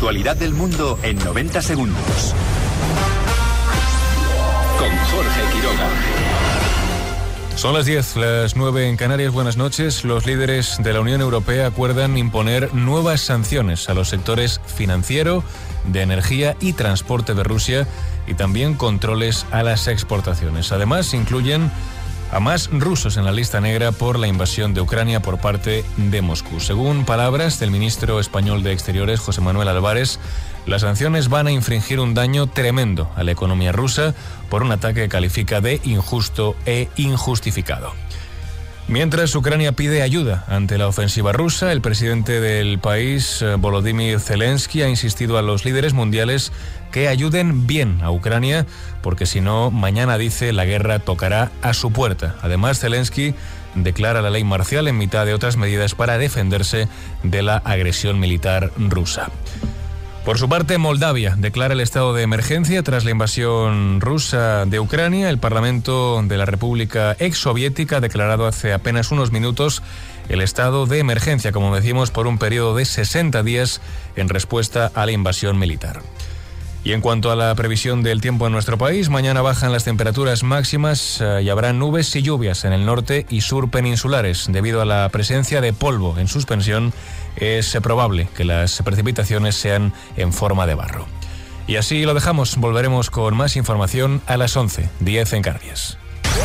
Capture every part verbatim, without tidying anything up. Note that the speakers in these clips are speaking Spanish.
actualidad del mundo en noventa segundos. Con Jorge Quiroga. Son las diez, las nueve en Canarias. Buenas noches. Los líderes de la Unión Europea acuerdan imponer nuevas sanciones a los sectores financiero, de energía y transporte de Rusia y también controles a las exportaciones. Además, incluyen a más rusos en la lista negra por la invasión de Ucrania por parte de Moscú. Según palabras del ministro español de Exteriores, José Manuel Álvarez, las sanciones van a infringir un daño tremendo a la economía rusa por un ataque que califica de injusto e injustificado. Mientras Ucrania pide ayuda ante la ofensiva rusa, el presidente del país, Volodymyr Zelensky, ha insistido a los líderes mundiales que ayuden bien a Ucrania, porque si no, mañana, dice, la guerra tocará a su puerta. Además, Zelensky declara la ley marcial en mitad de otras medidas para defenderse de la agresión militar rusa. Por su parte, Moldavia declara el estado de emergencia tras la invasión rusa de Ucrania. El Parlamento de la República exsoviética ha declarado hace apenas unos minutos el estado de emergencia, como decimos, por un periodo de sesenta días en respuesta a la invasión militar. Y en cuanto a la previsión del tiempo en nuestro país, mañana bajan las temperaturas máximas eh, y habrá nubes y lluvias en el norte y sur peninsulares. Debido a la presencia de polvo en suspensión, es probable que las precipitaciones sean en forma de barro. Y así lo dejamos. Volveremos con más información a las once, diez en Canarias.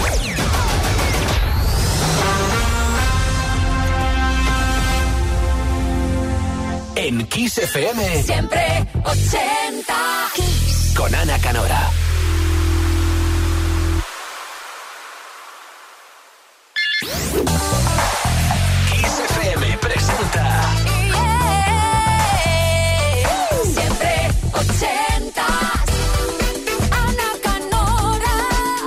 En Kiss F M. Siempre ochenta. Kiss. Con Ana Canora. Kiss F M presenta. Yeah. Siempre ochentas. Ana Canora.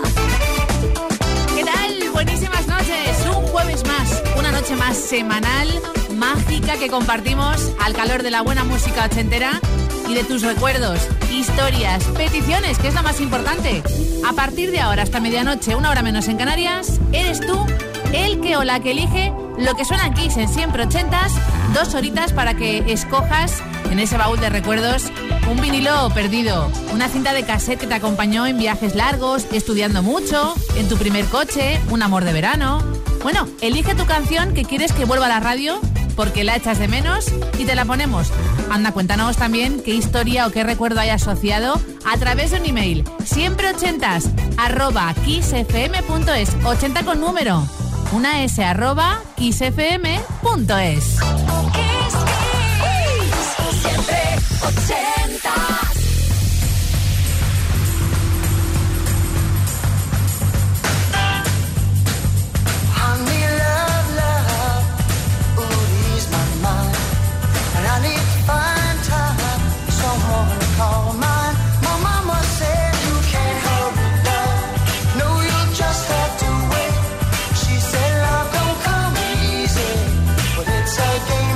¿Qué tal? Buenísimas noches. Un jueves más. Una noche más semanal, mágica, que compartimos al calor de la buena música ochentera y de tus recuerdos, historias, peticiones, que es lo más importante. A partir de ahora hasta medianoche, una hora menos en Canarias, eres tú el que o la que elige lo que suena aquí en Siempre Ochentas, dos horitas para que escojas en ese baúl de recuerdos un vinilo perdido, una cinta de cassette que te acompañó en viajes largos, estudiando mucho, en tu primer coche, un amor de verano. Bueno, elige tu canción que quieres que vuelva a la radio porque la echas de menos y te la ponemos. Anda, cuéntanos también qué historia o qué recuerdo hay asociado a través de un email. Siempre ochentas arroba kissfm.es. ochenta con número. Una S arroba kissfm.es. Kiss, kiss. Siempre ochentas. It's a game.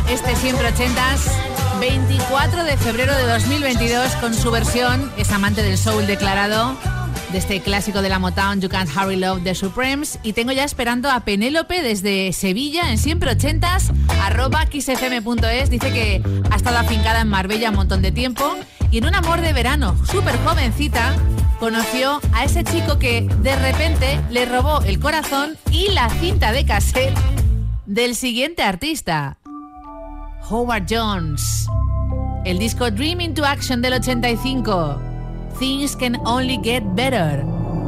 este Siempre Ochentas, veinticuatro de febrero de dos mil veintidós, con su versión, es amante del soul declarado, de este clásico de la Motown, You Can't Hurry Love de Supremes. Y tengo ya esperando a Penélope desde Sevilla en Siempre Ochentas, arroba kissfm punto es. Dice que ha estado afincada en Marbella un montón de tiempo y en un amor de verano, súper jovencita, conoció a ese chico que de repente le robó el corazón y la cinta de cassette del siguiente artista, Howard Jones. El disco Dream into Action del ochenta y cinco. Things Can Only Get Better.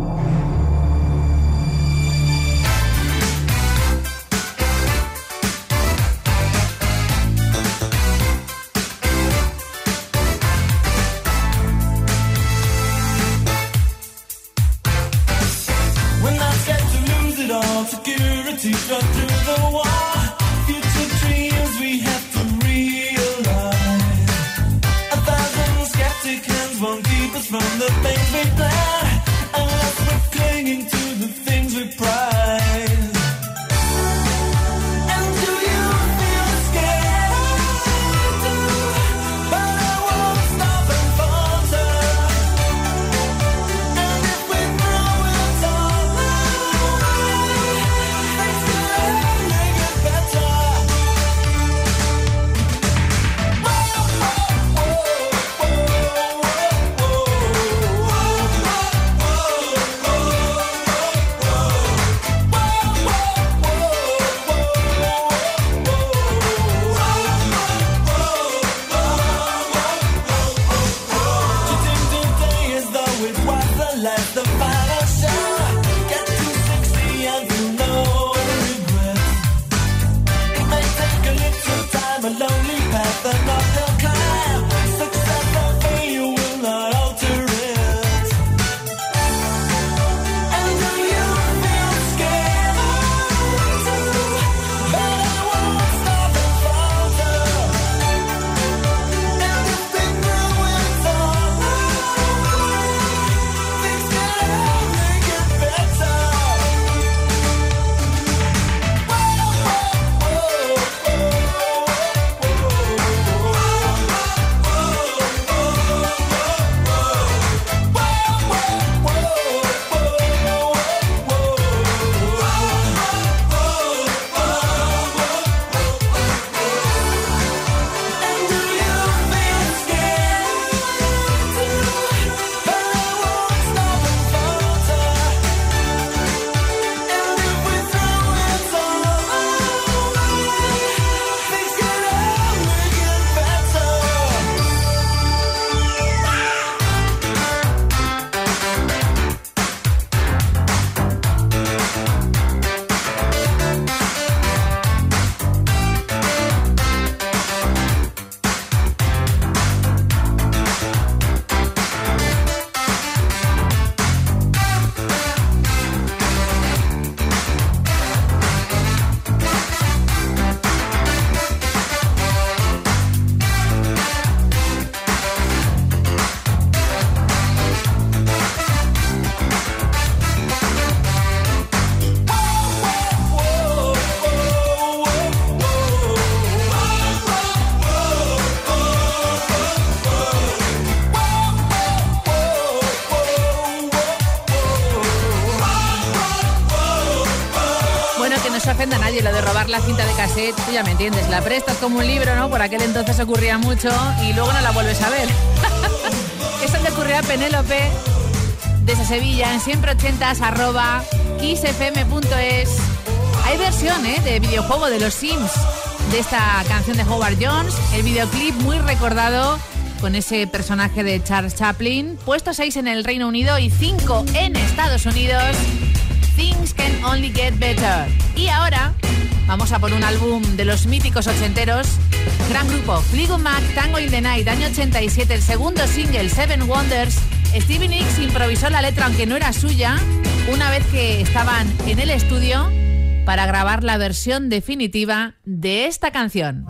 When I said to lose it all, security shut through the wall. Future dreams we have to realize. A thousand skeptic hands won't keep us from the things we plan, unless we're clinging to the things we prize. And do you feel scared too? But I won't stop and falter. And if we know it's all right, things can only get better. Whoa, whoa, whoa, whoa, whoa, a lonely path, an uphill climb. Success or failure will not alter it. And do you feel scared too? But I won't stop and falter. And if we know it's all right, things can only get better. Whoa, whoa, whoa, whoa. ofenda a nadie lo de robar la cinta de cassette, tú ya me entiendes, la prestas como un libro, ¿no? Por aquel entonces ocurría mucho y luego no la vuelves a ver. Eso le ocurrió a Penélope desde Sevilla en siempre ochentas arroba kissfm punto es. Hay versión ¿eh? de videojuego de los Sims de esta canción de Howard Jones, el videoclip muy recordado con ese personaje de Charles Chaplin, puesto seis en el Reino Unido y cinco en Estados Unidos. Things Can Only Get Better. Y ahora vamos a por un álbum de los míticos ochenteros. Gran grupo, Fleetwood Mac, Tango in the Night, año ochenta y siete, el segundo single, Seven Wonders. Stevie Nicks improvisó la letra, aunque no era suya, una vez que estaban en el estudio para grabar la versión definitiva de esta canción.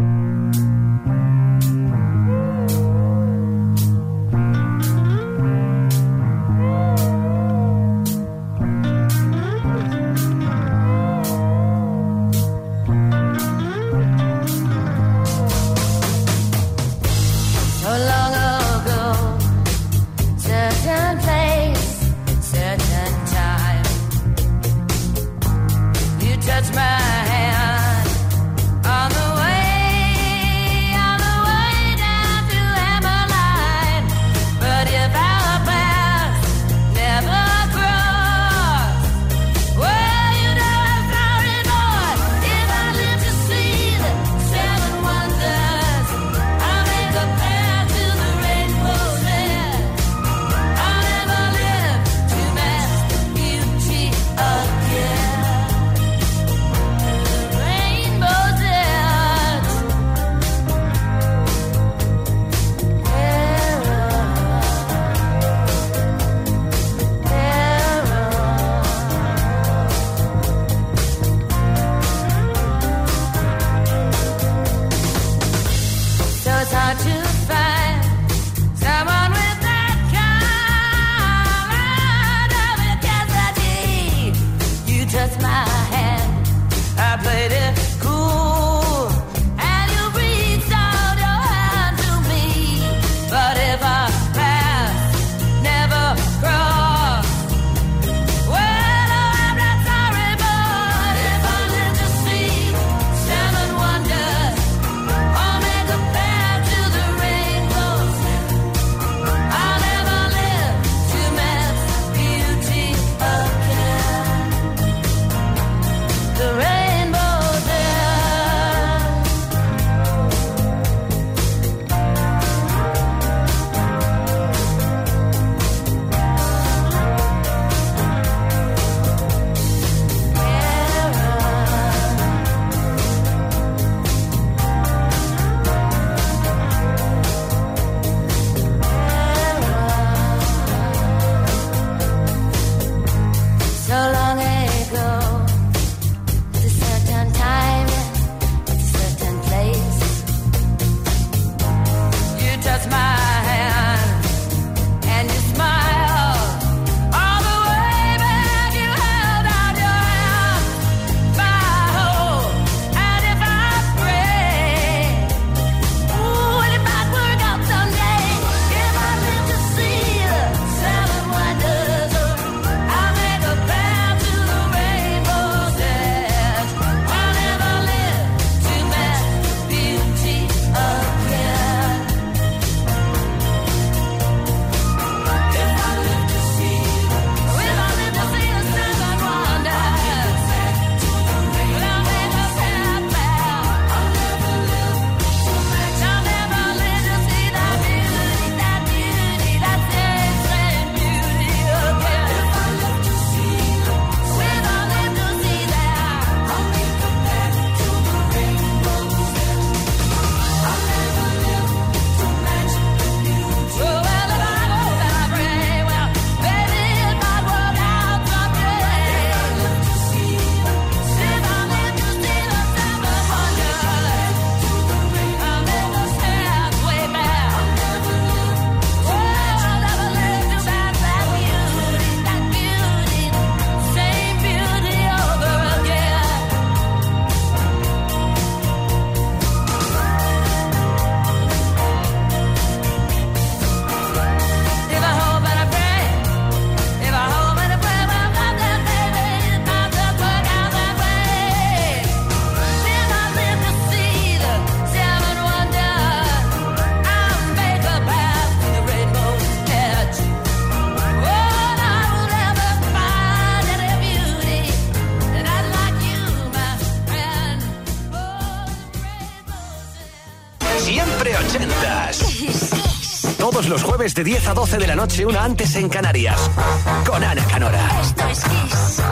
horas. Todos los jueves de diez a doce de la noche, una antes en Canarias. Con Ana Canora. Esto es Kiss.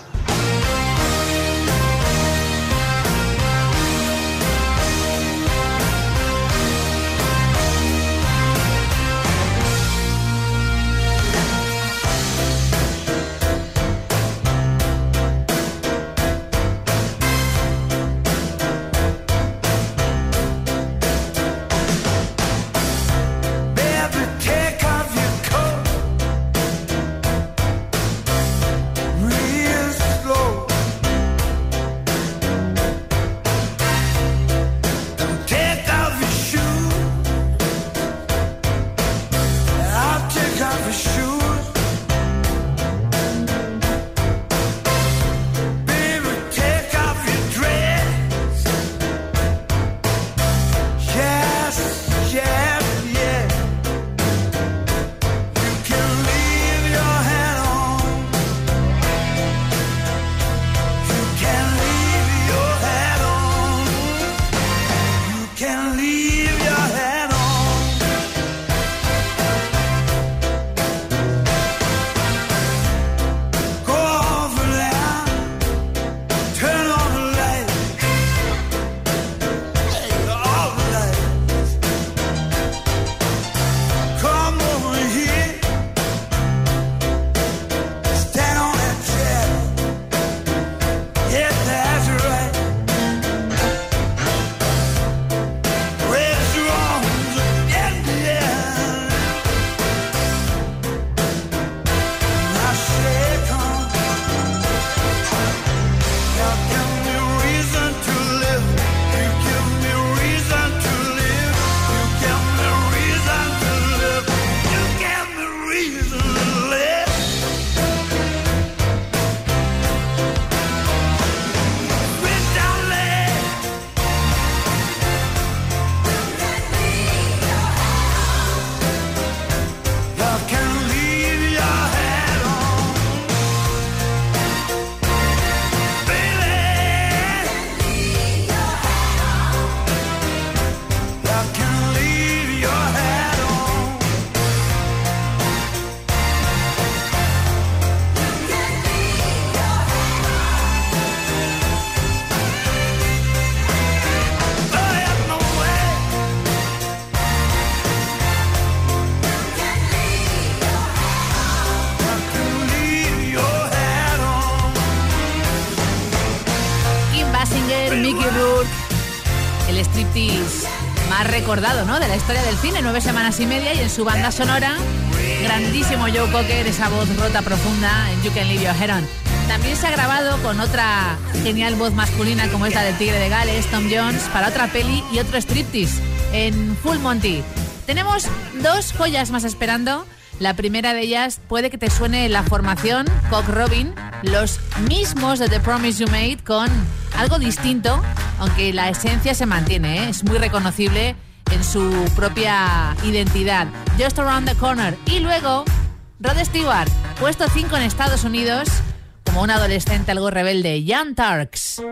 Recordado, ¿no? De la historia del cine, nueve semanas y media, y en su banda sonora, grandísimo Joe Cocker, esa voz rota profunda en You Can Leave Your Head On. También se ha grabado con otra genial voz masculina como es la del Tigre de Gales, Tom Jones, para otra peli y otro striptease en Full Monty. Tenemos dos joyas más esperando. La primera de ellas puede que te suene la formación Cock Robin, los mismos de The Promise You Made, con algo distinto, aunque la esencia se mantiene, ¿eh? Es muy reconocible en su propia identidad. Just Around the Corner. Y luego, Rod Stewart, puesto cinco en Estados Unidos, como un adolescente algo rebelde, Young Turks.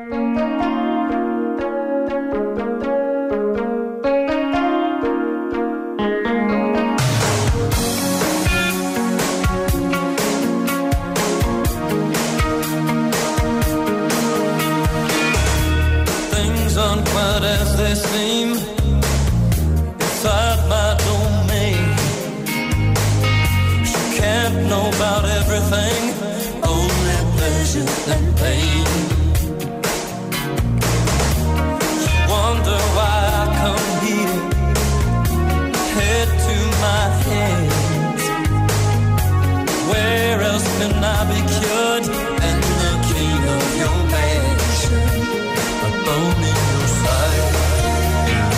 Quite as they seem inside my domain. She can't know about everything, only pleasure and pain. She wonder why I come here, head to my hands. Where else can I be cured and the king of your mansion? A bone in your side.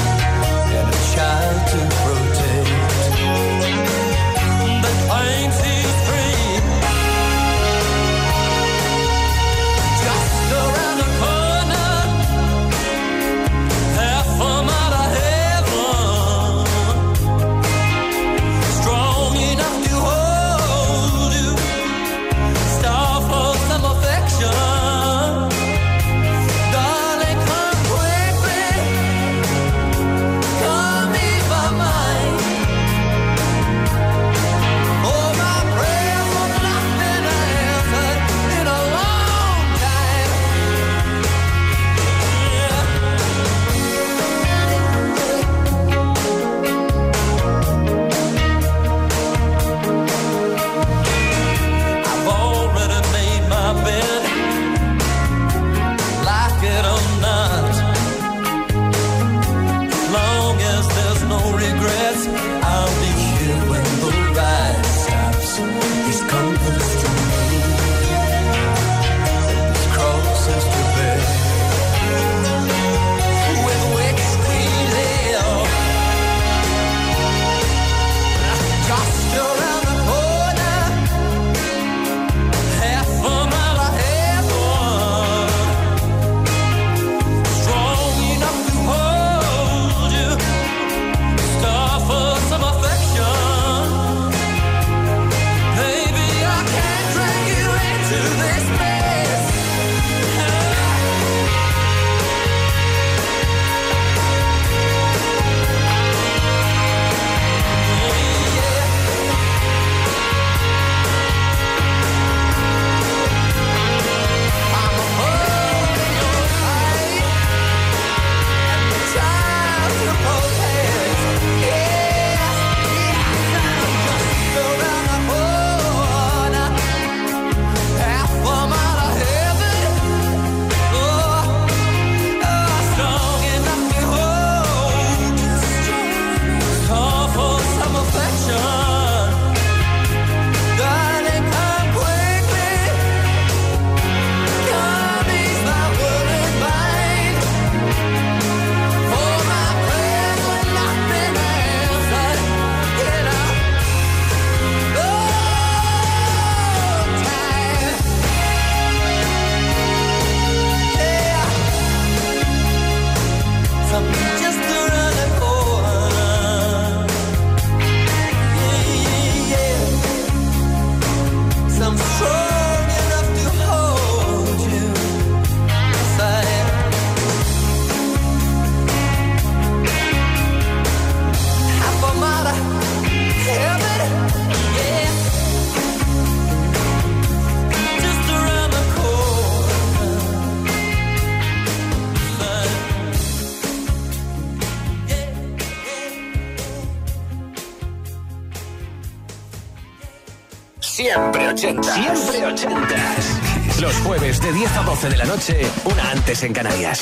Siempre ochentas. Siempre ochentas. Los jueves de diez a doce de la noche, una antes en Canarias.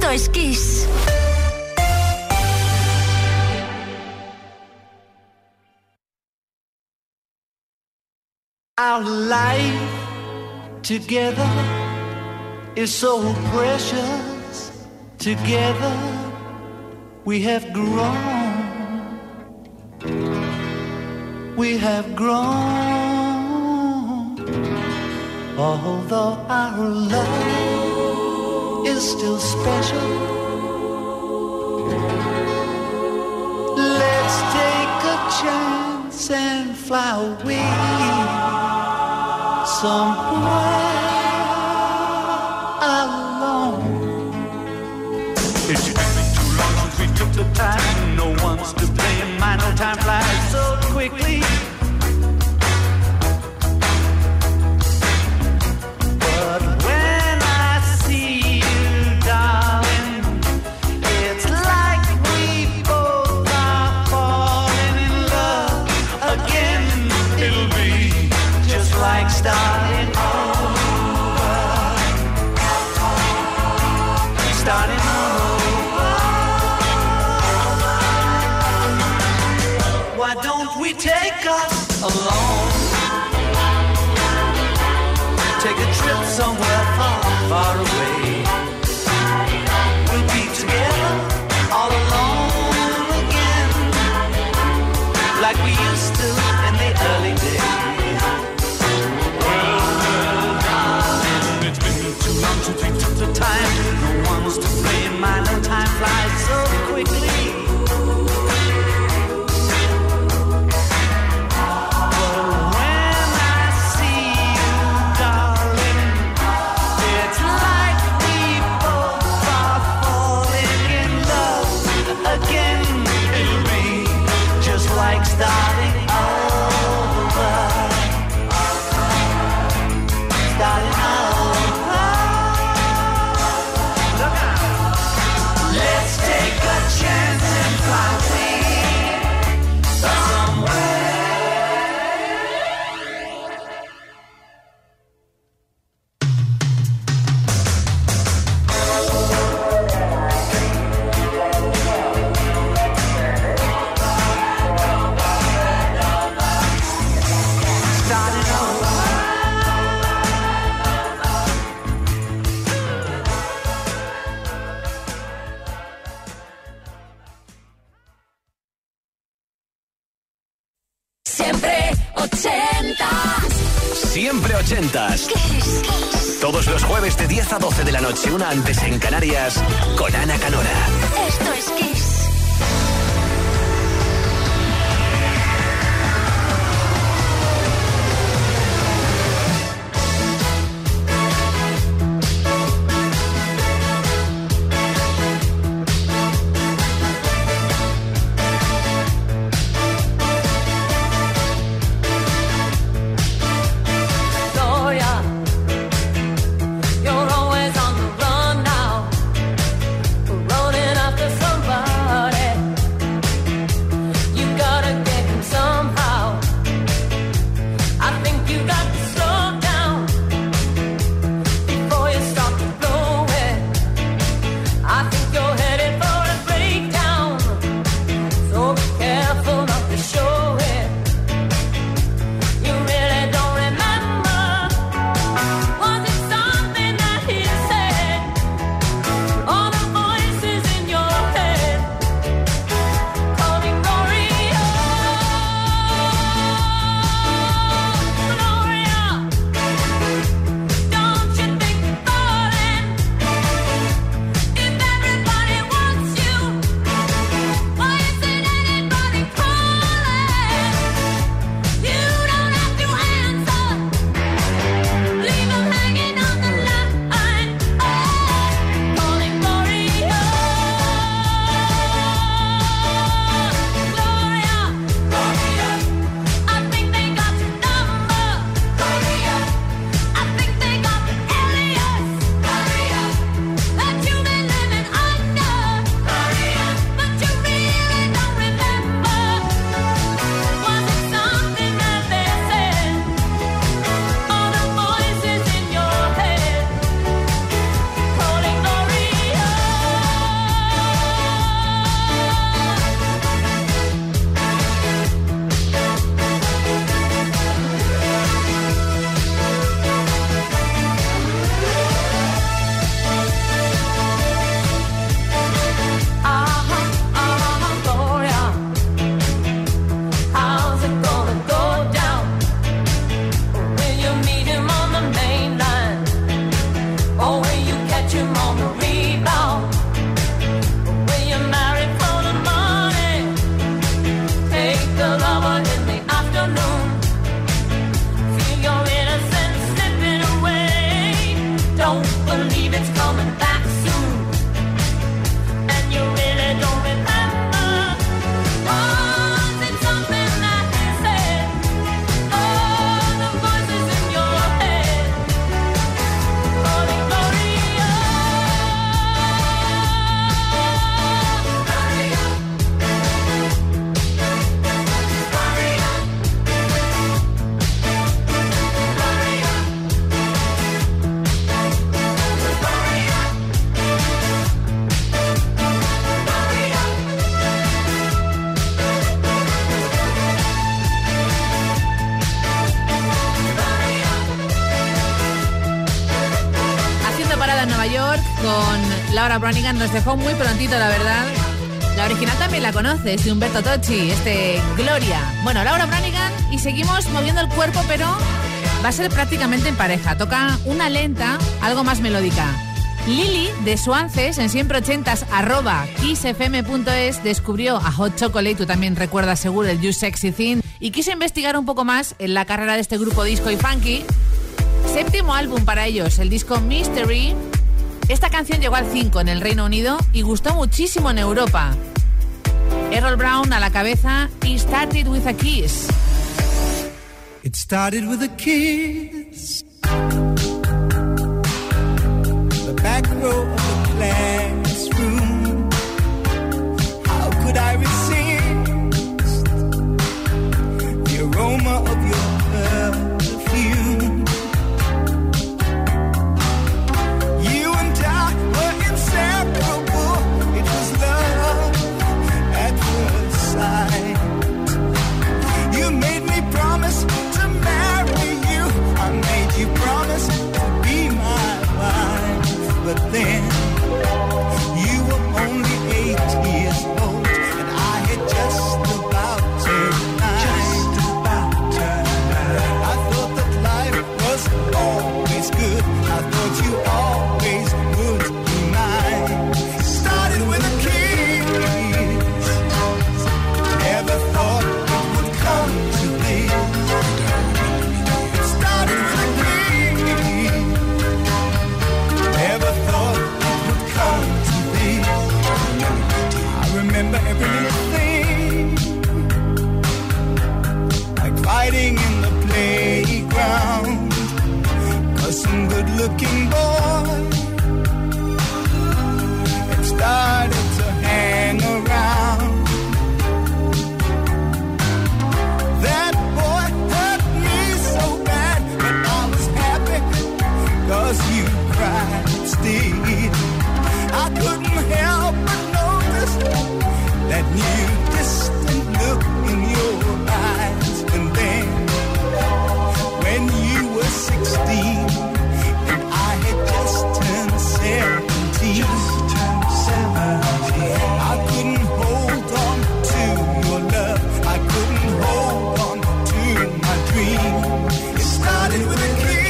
Esto es Kiss. Our life together is so precious. Together we have grown. We have grown. Although our love is still special, let's take a chance and fly away somewhere alone. It's been too long since we took the time. No one's to blame. My no time flies so quickly. But when I see you, darling, it's like we both are falling in love again. It'll be just like starting over, starting over. Why don't we take us alone? Take a trip somewhere far, far away. We'll be together all alone again, like we used to in the early days. It's been too long since we took the time. No one was to blame. I know time flies so quickly. But when I see you, darling, it's like we both are falling in love again. It'll be just like starting over. Starting over. Look out. Let's take a chance and fly away somewhere. Starting over. Siempre ochentas. Siempre ochentas. Kiss. Kiss. Todos los jueves de diez a doce de la noche, una antes en Canarias, con Ana Canora. Esto es Kiss. Gloria, you're always on the run now, running after somebody. Nueva York con Laura Branigan. Nos dejó muy prontito, la verdad. La original también la conoces, de Humberto Tocci, este Gloria. Bueno, Laura Branigan, y seguimos moviendo el cuerpo, pero va a ser prácticamente en pareja. Toca una lenta, algo más melódica. Lili, de Suances, en siempre ochentas, arroba kissfm punto es, descubrió a Hot Chocolate, tú también recuerdas seguro el You Sexy Thing, y quise investigar un poco más en la carrera de este grupo disco y funky. Séptimo álbum para ellos, el disco Mystery. Esta canción llegó al cinco en el Reino Unido y gustó muchísimo en Europa. Errol Brown a la cabeza, y Started With A Kiss. It started with a kiss. Back row of the classroom. How could I resist the aroma of your perfume? You and I were inseparable. It was love at first sight. You made me promise to marry you. I made you promise to be my wife. But then, you were only eight years old, and I had just about turned nine. Just about turned nine. I thought that life was always good. I thought you always would be mine. Started with a kiss. Never thought it would come to this. Started with a kiss. Never thought it would come to this. I remember every little thing, like fighting in the playground, 'cause some good-looking boy had started to hang around. That boy hurt me so bad, but I was happy 'cause you cried. Still, I couldn't help but notice that new distant look in your eyes. And then, when you were sixteen and I had just turned seventeen, just turned seventeen, I couldn't hold on to your love. I couldn't hold on to my dream. It started with a kiss.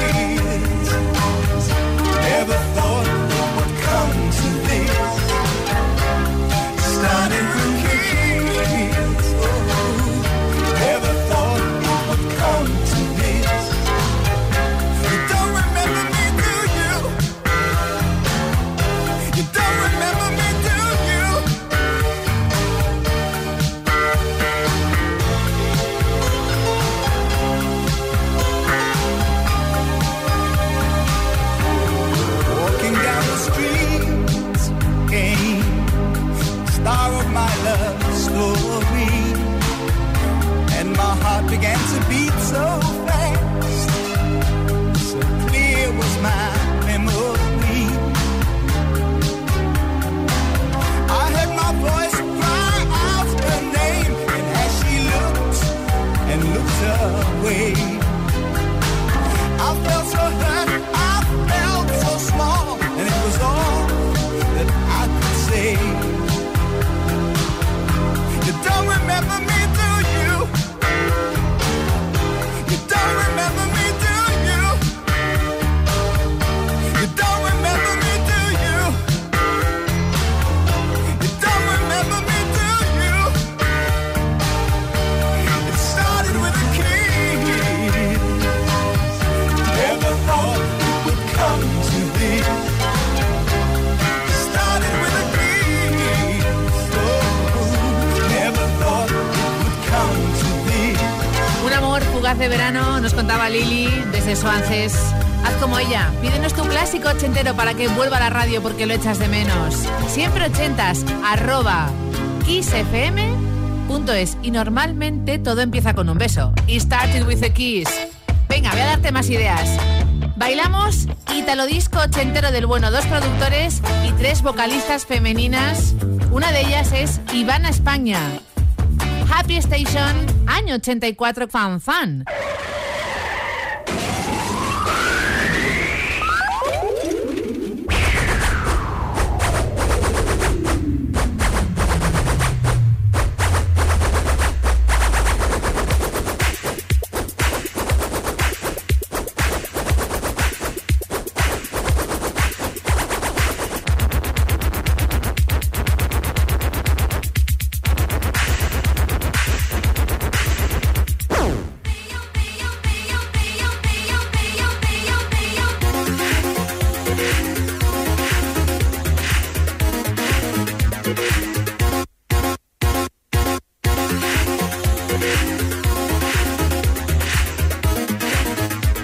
Never thought it would come to this. Started with a kiss. Oh, never thought it would come to this. You don't remember me, do you? You don't remember me, do you? Walking down the streets came the star of my love story, and my heart began to beat so fast, so clear was my memory. I heard my voice cry out her name, and as she looked and looked away, I felt so hurt, I felt so small, and it was all that I could say. You don't remember me, do you? You don't remember me, do you? You don't remember me, do you? You don't remember me, do you? It started with a kiss. Never thought it would come to this. Started with a kiss. Oh, never thought it would come to this. Un amor fugaz de verano, nos contaba Lili desde Suances. Haz como ella, pídenos tu clásico ochentero para que vuelva a la radio porque lo echas de menos. Siempre ochentas, arroba kissfm punto es. Y normalmente todo empieza con un beso. It started with a kiss. Venga, voy a darte más ideas. Bailamos Italo Disco ochentero del bueno, dos productores y tres vocalistas femeninas. Una de ellas es Ivana España. Happy Station, año ochenta y cuatro, Fan Fan.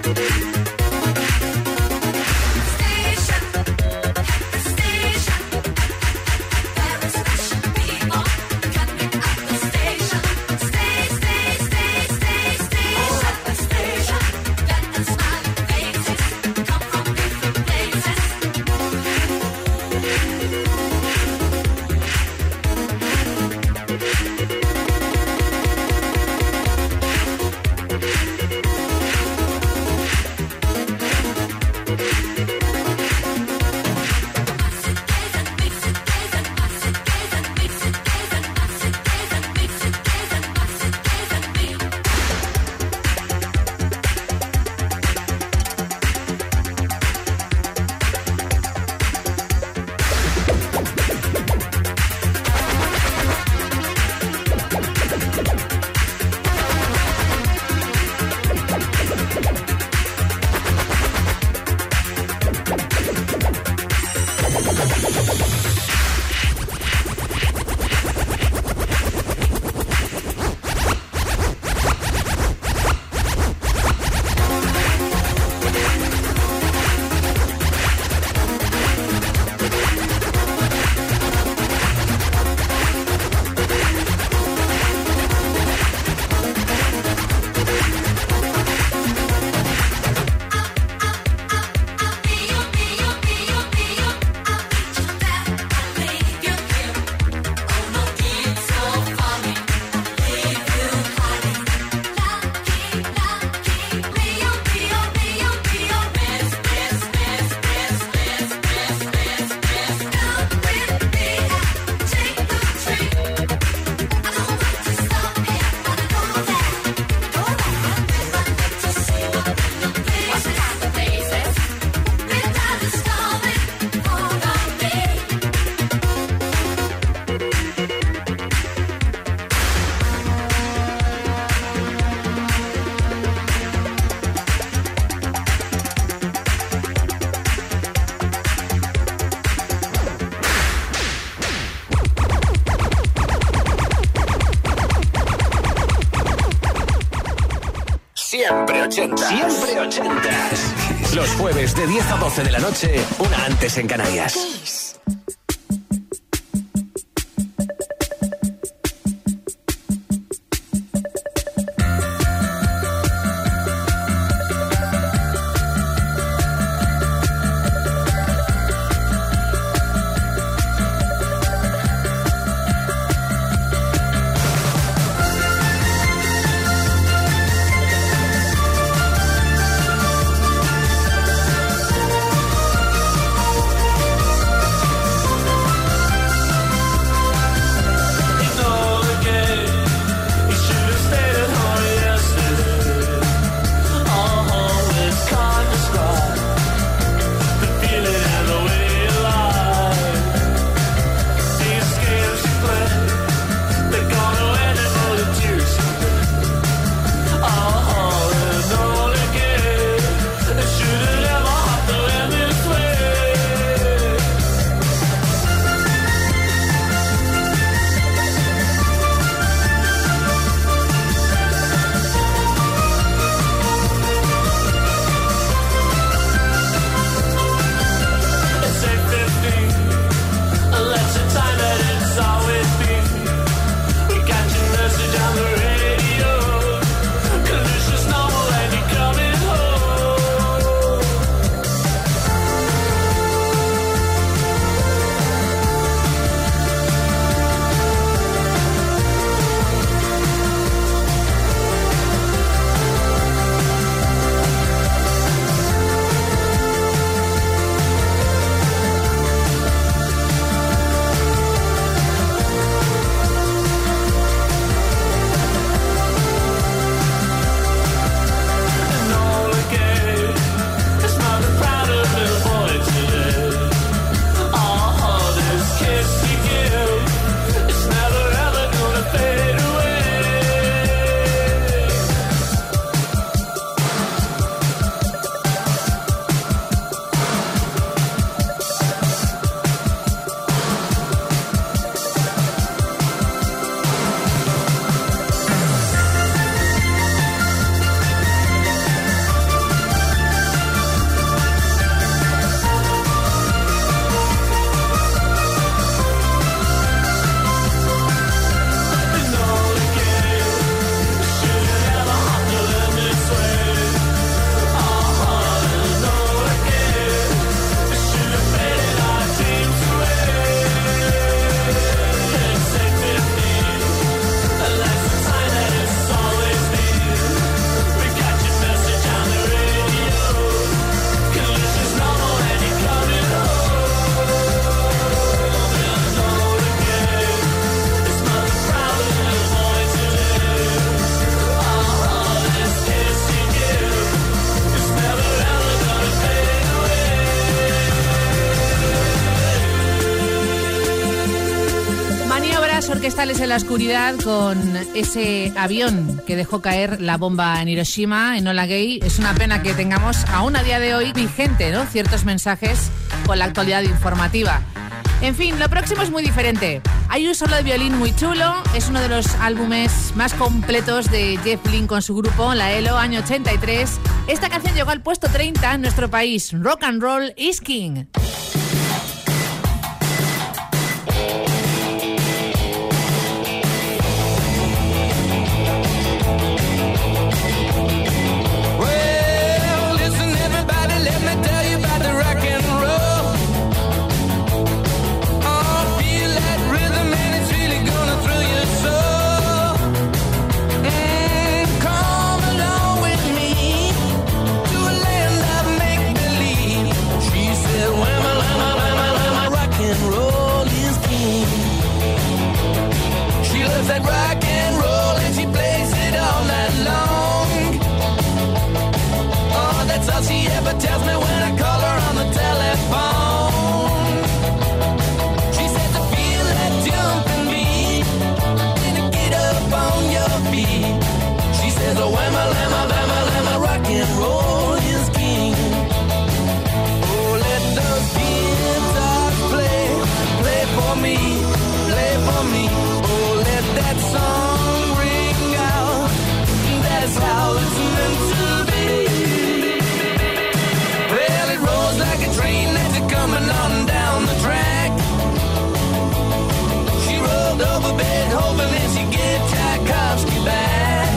Siempre ochentas. Siempre ochentas. Los jueves de diez a doce de la noche, una antes en Canarias. cristales en la oscuridad con ese avión que dejó caer la bomba en Hiroshima, en Enola Gay. Es una pena que tengamos aún a día de hoy vigente, ¿no?, ciertos mensajes con la actualidad informativa. En fin, lo próximo es muy diferente. Hay un solo de violín muy chulo. Es uno de los álbumes más completos de Jeff Lynne con su grupo, La Elo, año ochenta y tres. Esta canción llegó al puesto treinta en nuestro país. Rock and Roll is King. Tells me when I call her on the telephone. She said to feel that jump in me, then to get up on your feet. She says, oh, whamma, lamma, lamma, lamma, rock and roll is king. Oh, let those guitars play, play for me, play for me. Oh, let that song ring out. That's how it's meant to be. Train that's coming on down the track. She rolled over Beethoven and she get Tchaikovsky back.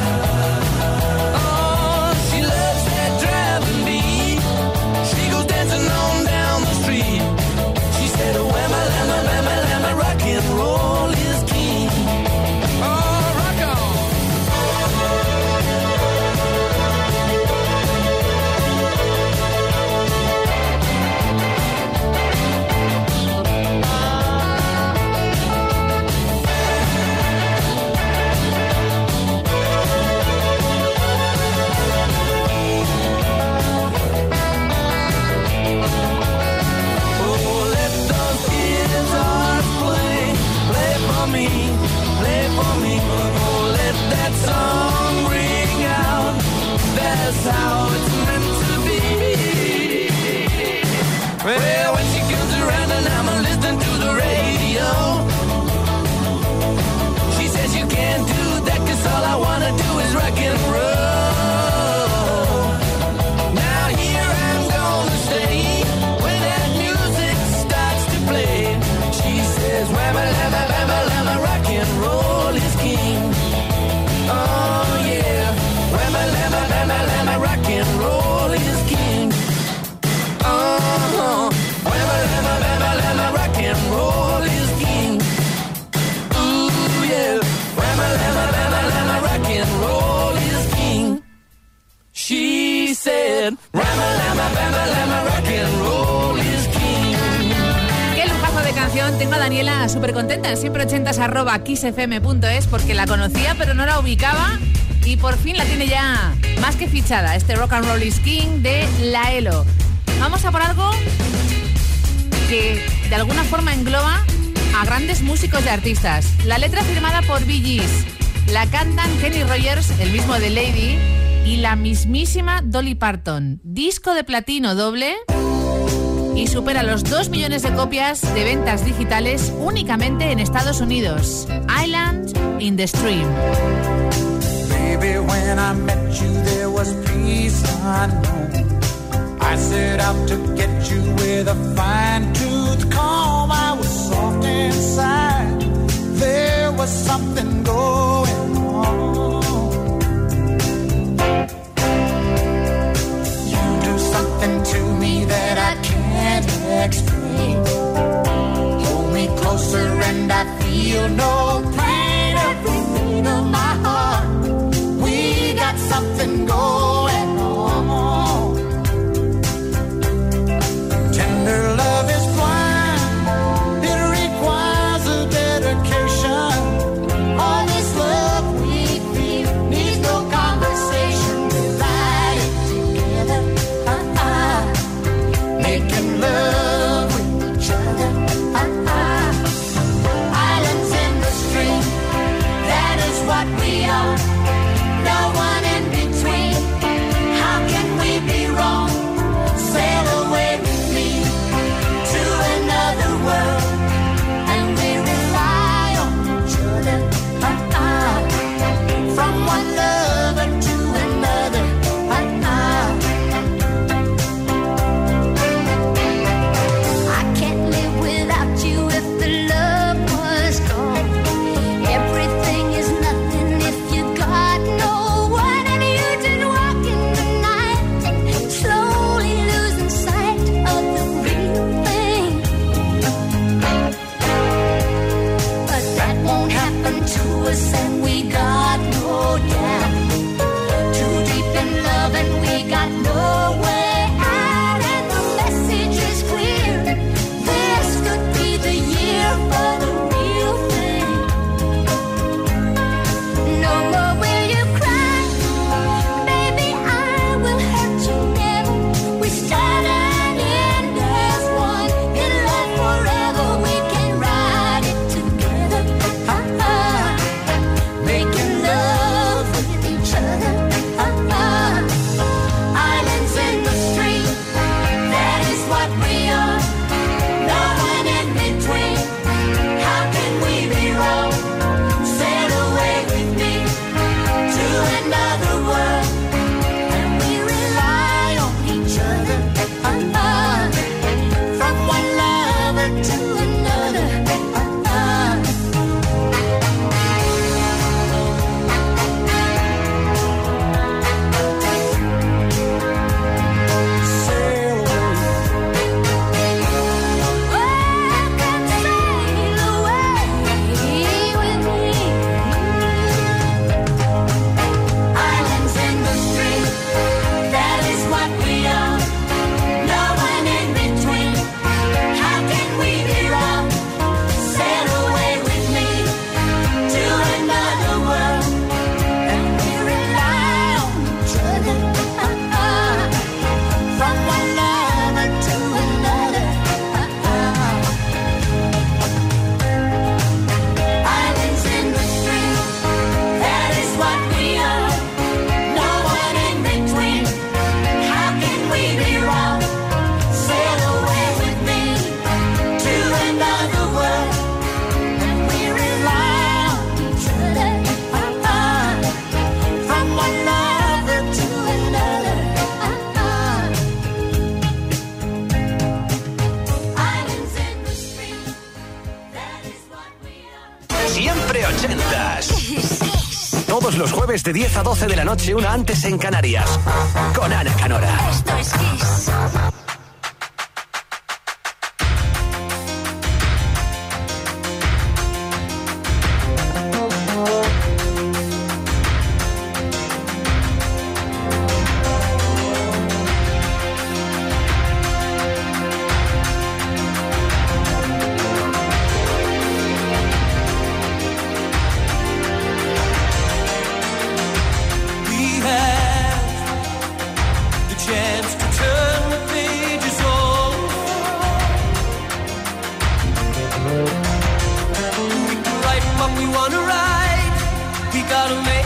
Oh, she loves that driving beat. She goes dancing on down the street. She said, oh, whamma, lamma, lamma, lamma, rock and roll is king. Oh, rock on. That's how it's meant to be. Well, when she comes around and I'm listening to the radio, she says you can't do that 'cause all I wanna do is rock and roll. Now here I'm gonna stay when that music starts to play. She says, whamma, lamma, lamma, lamma, rock and roll is king. Oh yeah, whamma, lamma, lamma, lamma, rock and roll is king. Oh, whamma, lamma, lamma, lamma, rock and roll is king. Ooh yeah, whamma, lamma, lamma, lamma, rock and roll is king. She said, whamma, lamma, lamma, lamma, rock and roll is king. Qué lujazo de canción. Tengo a Daniela súper contenta en siempre ochentas arroba kissfm punto es porque la conocía pero no la ubicaba. Y por fin la tiene ya más que fichada, este Rock and Roll is King de La Elo. Vamos a por algo que de alguna forma engloba a grandes músicos y artistas. La letra firmada por Bee Gees, la cantan Kenny Rogers, el mismo de Lady, y la mismísima Dolly Parton. Disco de platino doble y supera los dos millones de copias de ventas digitales únicamente en Estados Unidos. Island in the Stream. Baby, when I met you, there was peace unknown. I set out to get you with a fine-tooth comb. I was soft inside. There was something going on. You do something to me that I can't explain. Hold me closer and I feel no pain. Every beat of my heart. Something going on. Tender love is blind. It requires a dedication. All this love we feel needs no conversation. We light it together, uh-uh. Making love with each other, uh-uh. Islands in the Todos los jueves de diez a doce de la noche, una antes en Canarias. Con Ana Canora. Esto es Kiss. We wanna ride, we gotta make